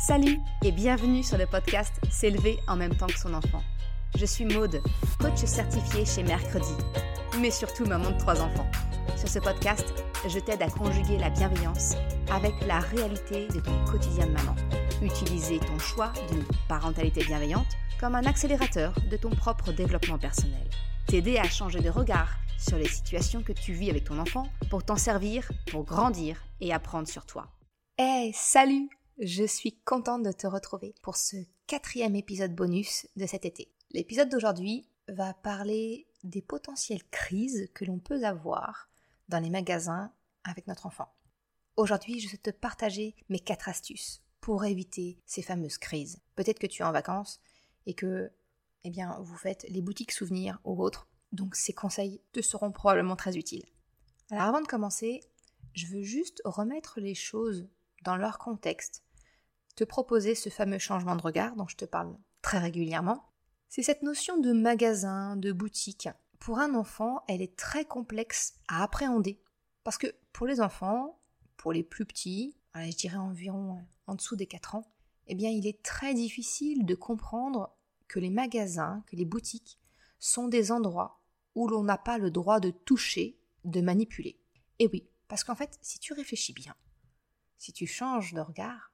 Salut et bienvenue sur le podcast S'élever en même temps que son enfant. Je suis Maude, coach certifiée chez Mercredi, mais surtout maman de 3 enfants. Sur ce podcast, je t'aide à conjuguer la bienveillance avec la réalité de ton quotidien de maman. Utiliser ton choix d'une parentalité bienveillante comme un accélérateur de ton propre développement personnel. T'aider à changer de regard sur les situations que tu vis avec ton enfant pour t'en servir, pour grandir et apprendre sur toi. Hey, salut! Je suis contente de te retrouver pour ce 4e épisode bonus de cet été. L'épisode d'aujourd'hui va parler des potentielles crises que l'on peut avoir dans les magasins avec notre enfant. Aujourd'hui, je vais te partager mes 4 astuces pour éviter ces fameuses crises. Peut-être que tu es en vacances et que vous faites les boutiques souvenirs ou autres, donc ces conseils te seront probablement très utiles. Alors avant de commencer, je veux juste remettre les choses dans leur contexte, te proposer ce fameux changement de regard dont je te parle très régulièrement. C'est cette notion de magasin, de boutique. Pour un enfant, elle est très complexe à appréhender. Parce que pour les enfants, pour les plus petits, je dirais environ en dessous des 4 ans, il est très difficile de comprendre que les magasins, que les boutiques sont des endroits où l'on n'a pas le droit de toucher, de manipuler. Et oui, parce qu'en fait, si tu réfléchis bien, si tu changes de regard,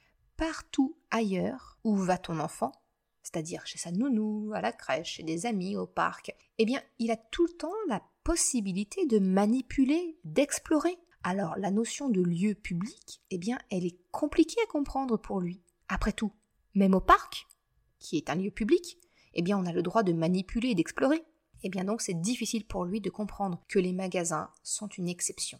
partout ailleurs où va ton enfant, c'est-à-dire chez sa nounou, à la crèche, chez des amis, au parc, il a tout le temps la possibilité de manipuler, d'explorer. Alors la notion de lieu public, elle est compliquée à comprendre pour lui. Après tout, même au parc, qui est un lieu public, on a le droit de manipuler et d'explorer. Donc c'est difficile pour lui de comprendre que les magasins sont une exception.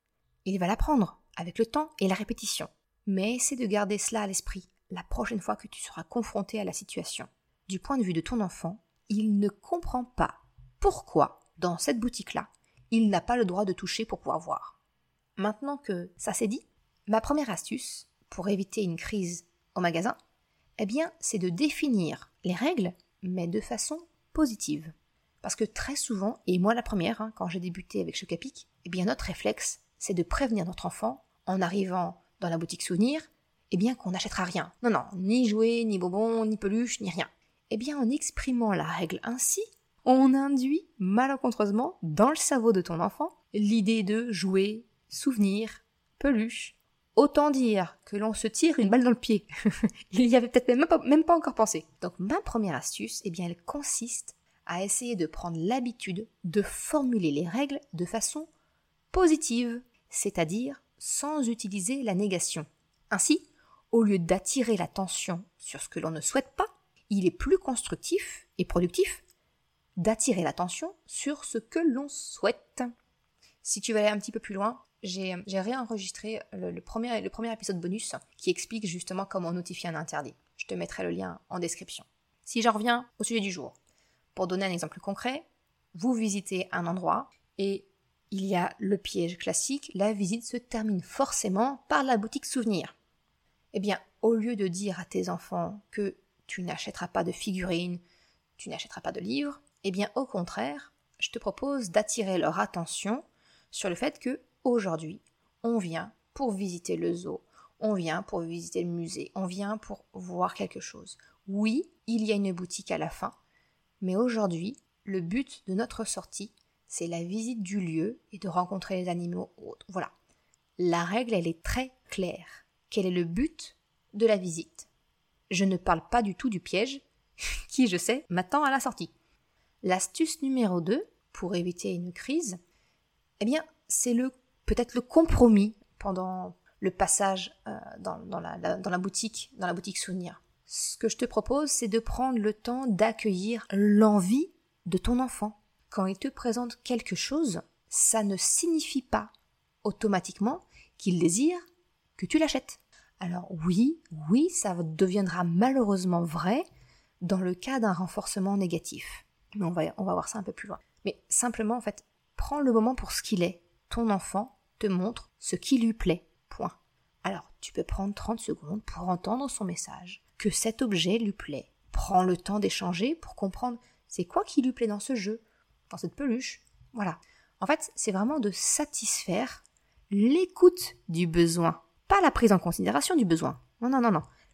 Il va l'apprendre avec le temps et la répétition. Mais essaie de garder cela à l'esprit la prochaine fois que tu seras confronté à la situation. Du point de vue de ton enfant, il ne comprend pas pourquoi, dans cette boutique-là, il n'a pas le droit de toucher pour pouvoir voir. Maintenant que ça c'est dit, ma première astuce pour éviter une crise au magasin, c'est de définir les règles, mais de façon positive. Parce que très souvent, et moi la première, quand j'ai débuté avec Chocapic, notre réflexe, c'est de prévenir notre enfant en arrivant dans la boutique souvenir, qu'on n'achètera rien. Non, ni jouets, ni bonbons, ni peluches, ni rien. En exprimant la règle ainsi, on induit malencontreusement dans le cerveau de ton enfant l'idée de jouets, souvenirs, peluches. Autant dire que l'on se tire une balle dans le pied. Il y avait peut-être même pas encore pensé. Donc ma première astuce, elle consiste à essayer de prendre l'habitude de formuler les règles de façon positive, c'est-à-dire sans utiliser la négation. Ainsi, au lieu d'attirer l'attention sur ce que l'on ne souhaite pas, il est plus constructif et productif d'attirer l'attention sur ce que l'on souhaite. Si tu veux aller un petit peu plus loin, j'ai réenregistré le premier épisode bonus qui explique justement comment notifier un interdit. Je te mettrai le lien en description. Si j'en reviens au sujet du jour, pour donner un exemple concret, vous visitez un endroit et il y a le piège classique, la visite se termine forcément par la boutique souvenir. Au lieu de dire à tes enfants que tu n'achèteras pas de figurines, tu n'achèteras pas de livres, au contraire, je te propose d'attirer leur attention sur le fait que aujourd'hui, on vient pour visiter le zoo, on vient pour visiter le musée, on vient pour voir quelque chose. Oui, il y a une boutique à la fin, mais aujourd'hui, le but de notre sortie, c'est la visite du lieu et de rencontrer les animaux autres. Voilà. La règle, elle est très claire. Quel est le but de la visite ? Je ne parle pas du tout du piège, qui, je sais, m'attend à la sortie. L'astuce numéro 2, pour éviter une crise, c'est peut-être le compromis pendant le passage dans la boutique souvenir. Ce que je te propose, c'est de prendre le temps d'accueillir l'envie de ton enfant. Quand il te présente quelque chose, ça ne signifie pas automatiquement qu'il désire que tu l'achètes. Alors oui, ça deviendra malheureusement vrai dans le cas d'un renforcement négatif. Mais on va voir ça un peu plus loin. Mais simplement, en fait, prends le moment pour ce qu'il est. Ton enfant te montre ce qui lui plaît. Point. Alors, tu peux prendre 30 secondes pour entendre son message, que cet objet lui plaît. Prends le temps d'échanger pour comprendre c'est quoi qui lui plaît dans ce jeu, dans cette peluche. Voilà. En fait, c'est vraiment de satisfaire l'écoute du besoin. Pas la prise en considération du besoin. Non.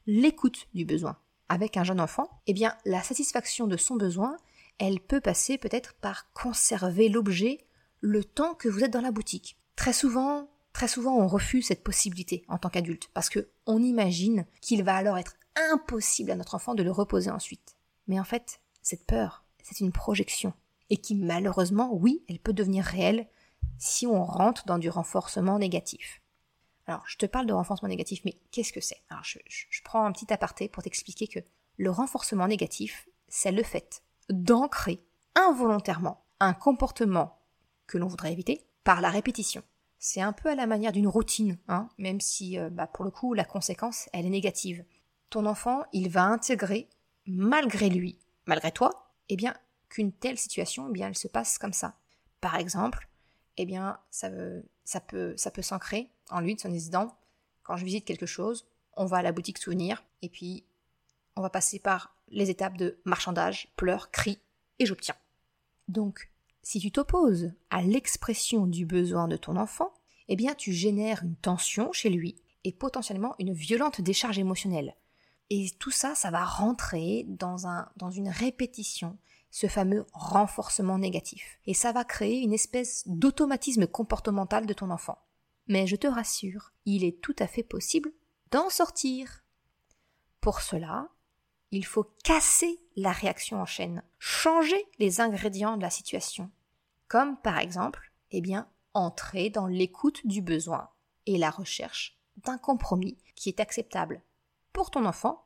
l'écoute du besoin. Avec un jeune enfant, eh bien, la satisfaction de son besoin, elle peut passer peut-être par conserver l'objet le temps que vous êtes dans la boutique. Très souvent, on refuse cette possibilité en tant qu'adulte parce qu'on imagine qu'il va alors être impossible à notre enfant de le reposer ensuite. Mais en fait, cette peur, c'est une projection et qui malheureusement, oui, elle peut devenir réelle si on rentre dans du renforcement négatif. Alors, je te parle de renforcement négatif, mais qu'est-ce que c'est ? Alors, je prends un petit aparté pour t'expliquer que le renforcement négatif, c'est le fait d'ancrer involontairement un comportement que l'on voudrait éviter par la répétition. C'est un peu à la manière d'une routine, même si, pour le coup, la conséquence, elle est négative. Ton enfant, il va intégrer, malgré lui, malgré toi, eh bien, qu'une telle situation, eh bien, elle se passe comme ça. Par exemple, eh bien, ça peut s'ancrer en lui, de son disant, quand je visite quelque chose, on va à la boutique souvenir, et puis on va passer par les étapes de marchandage, pleurs, cris, et j'obtiens. Donc, si tu t'opposes à l'expression du besoin de ton enfant, eh bien, tu génères une tension chez lui, et potentiellement une violente décharge émotionnelle. Et tout ça, ça va rentrer dans une répétition, ce fameux renforcement négatif. Et ça va créer une espèce d'automatisme comportemental de ton enfant. Mais je te rassure, il est tout à fait possible d'en sortir. Pour cela, il faut casser la réaction en chaîne, changer les ingrédients de la situation. Comme par exemple, entrer dans l'écoute du besoin et la recherche d'un compromis qui est acceptable pour ton enfant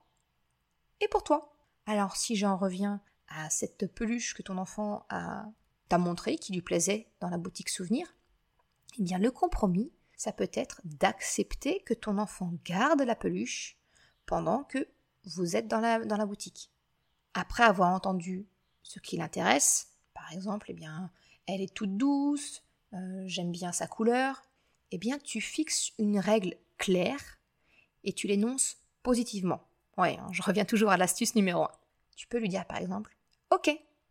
et pour toi. Alors si j'en reviens à cette peluche que ton enfant t'a montrée, qui lui plaisait dans la boutique souvenir, eh bien le compromis, ça peut être d'accepter que ton enfant garde la peluche pendant que vous êtes dans la boutique. Après avoir entendu ce qui l'intéresse, par exemple, elle est toute douce, j'aime bien sa couleur, tu fixes une règle claire et tu l'énonces positivement. Ouais, je reviens toujours à l'astuce numéro 1. Tu peux lui dire par exemple, ok,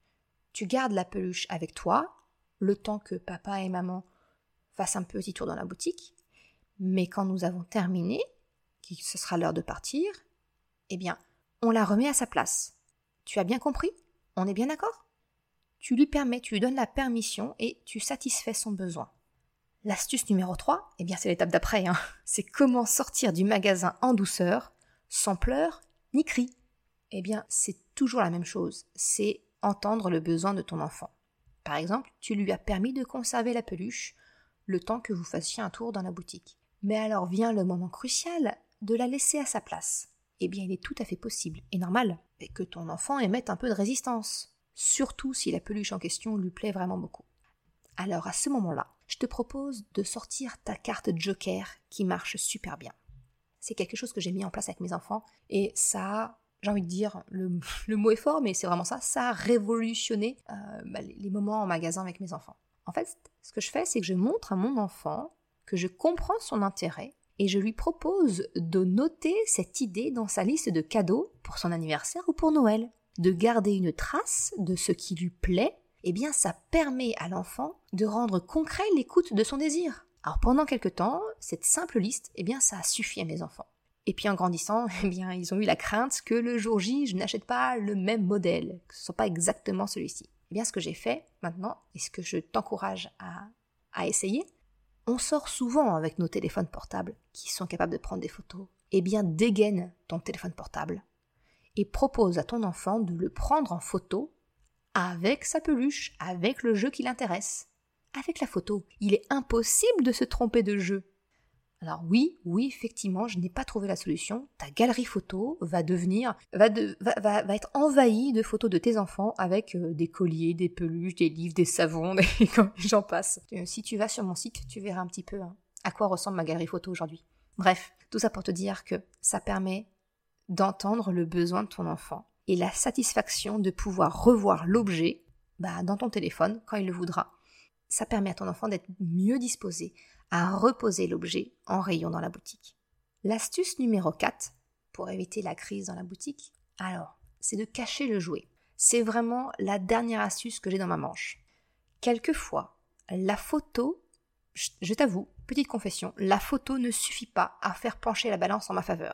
tu gardes la peluche avec toi, le temps que papa et maman fassent un petit tour dans la boutique, mais quand nous avons terminé, que ce sera l'heure de partir, on la remet à sa place. Tu as bien compris ? On est bien d'accord ? Tu lui donnes la permission et tu satisfais son besoin. L'astuce numéro 3, c'est l'étape d'après. C'est comment sortir du magasin en douceur, sans pleurs ni cris. C'est toujours la même chose. C'est entendre le besoin de ton enfant. Par exemple, tu lui as permis de conserver la peluche le temps que vous fassiez un tour dans la boutique. Mais alors vient le moment crucial de la laisser à sa place. Il est tout à fait possible et normal que ton enfant émette un peu de résistance, surtout si la peluche en question lui plaît vraiment beaucoup. Alors à ce moment-là, je te propose de sortir ta carte Joker qui marche super bien. C'est quelque chose que j'ai mis en place avec mes enfants et ça, j'ai envie de dire, le mot est fort, mais c'est vraiment ça, ça a révolutionné les moments en magasin avec mes enfants. En fait, ce que je fais, c'est que je montre à mon enfant que je comprends son intérêt et je lui propose de noter cette idée dans sa liste de cadeaux pour son anniversaire ou pour Noël. De garder une trace de ce qui lui plaît, ça permet à l'enfant de rendre concret l'écoute de son désir. Alors pendant quelque temps, cette simple liste, ça a suffi à mes enfants. Et puis en grandissant, ils ont eu la crainte que le jour J, je n'achète pas le même modèle, que ce ne soit pas exactement celui-ci. Ce que j'ai fait maintenant, et ce que je t'encourage à essayer, on sort souvent avec nos téléphones portables qui sont capables de prendre des photos. Dégaine ton téléphone portable et propose à ton enfant de le prendre en photo avec sa peluche, avec le jeu qui l'intéresse. Avec la photo, il est impossible de se tromper de jeu. Alors oui, effectivement, je n'ai pas trouvé la solution. Ta galerie photo va être envahie de photos de tes enfants avec des colliers, des peluches, des livres, des savons, j'en passe. Si tu vas sur mon site, tu verras un petit peu à quoi ressemble ma galerie photo aujourd'hui. Bref, tout ça pour te dire que ça permet d'entendre le besoin de ton enfant et la satisfaction de pouvoir revoir l'objet dans ton téléphone quand il le voudra. Ça permet à ton enfant d'être mieux disposé à reposer l'objet en rayon dans la boutique. L'astuce numéro 4, pour éviter la crise dans la boutique, alors, c'est de cacher le jouet. C'est vraiment la dernière astuce que j'ai dans ma manche. Quelquefois, la photo, je t'avoue, petite confession, la photo ne suffit pas à faire pencher la balance en ma faveur.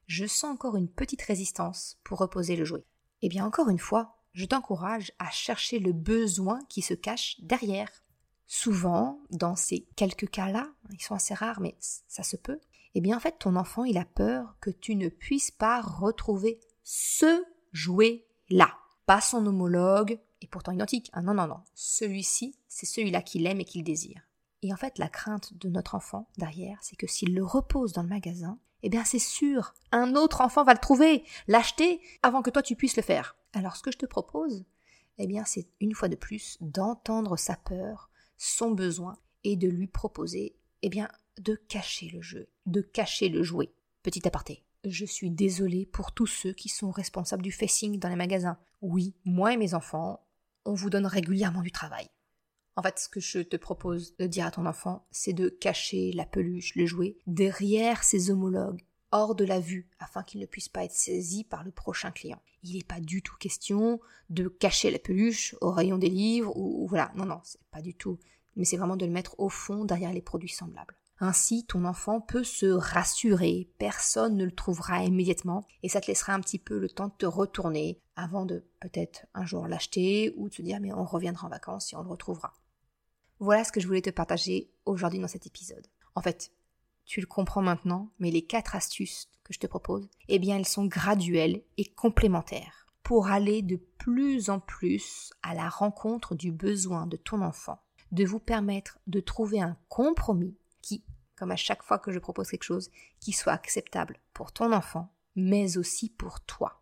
je sens encore une petite résistance pour reposer le jouet. Eh bien encore une fois, je t'encourage à chercher le besoin qui se cache derrière. Souvent, dans ces quelques cas-là, ils sont assez rares mais ça se peut, eh bien en fait ton enfant il a peur que tu ne puisses pas retrouver ce jouet-là. Pas son homologue, et pourtant identique. Ah non. Celui-ci, c'est celui-là qu'il aime et qu'il désire. Et en fait, la crainte de notre enfant, derrière, c'est que s'il le repose dans le magasin, eh bien c'est sûr, un autre enfant va le trouver, l'acheter, avant que toi tu puisses le faire. Alors ce que je te propose, eh bien c'est une fois de plus d'entendre sa peur, son besoin, et de lui proposer, eh bien, de cacher le jeu, de cacher le jouet. Petit aparté. Je suis désolée pour tous ceux qui sont responsables du facing dans les magasins. Oui, moi et mes enfants, on vous donne régulièrement du travail. En fait, ce que je te propose de dire à ton enfant, c'est de cacher la peluche, le jouet, derrière ses homologues, hors de la vue, afin qu'il ne puisse pas être saisi par le prochain client. Il n'est pas du tout question de cacher la peluche au rayon des livres, ou voilà, non, c'est pas du tout. Mais c'est vraiment de le mettre au fond, derrière les produits semblables. Ainsi, ton enfant peut se rassurer, personne ne le trouvera immédiatement et ça te laissera un petit peu le temps de te retourner avant de peut-être un jour l'acheter ou de se dire mais on reviendra en vacances et on le retrouvera. Voilà ce que je voulais te partager aujourd'hui dans cet épisode. En fait, tu le comprends maintenant, mais les 4 astuces que je te propose, eh bien elles sont graduelles et complémentaires pour aller de plus en plus à la rencontre du besoin de ton enfant, de vous permettre de trouver un compromis qui, comme à chaque fois que je propose quelque chose, qui soit acceptable pour ton enfant, mais aussi pour toi.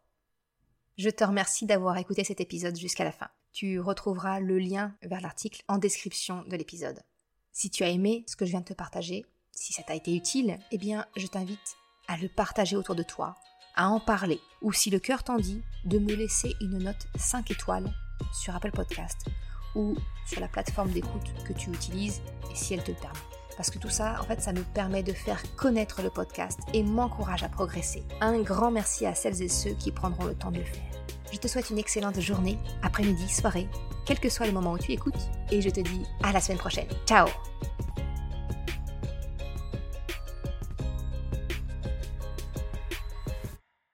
Je te remercie d'avoir écouté cet épisode jusqu'à la fin. Tu retrouveras le lien vers l'article en description de l'épisode. Si tu as aimé ce que je viens de te partager, si ça t'a été utile, eh bien, je t'invite à le partager autour de toi, à en parler, ou si le cœur t'en dit, de me laisser une note 5 étoiles sur Apple Podcast ou sur la plateforme d'écoute que tu utilises et si elle te le permet. Parce que tout ça, en fait, ça me permet de faire connaître le podcast et m'encourage à progresser. Un grand merci à celles et ceux qui prendront le temps de le faire. Je te souhaite une excellente journée, après-midi, soirée, quel que soit le moment où tu écoutes, et je te dis à la semaine prochaine. Ciao!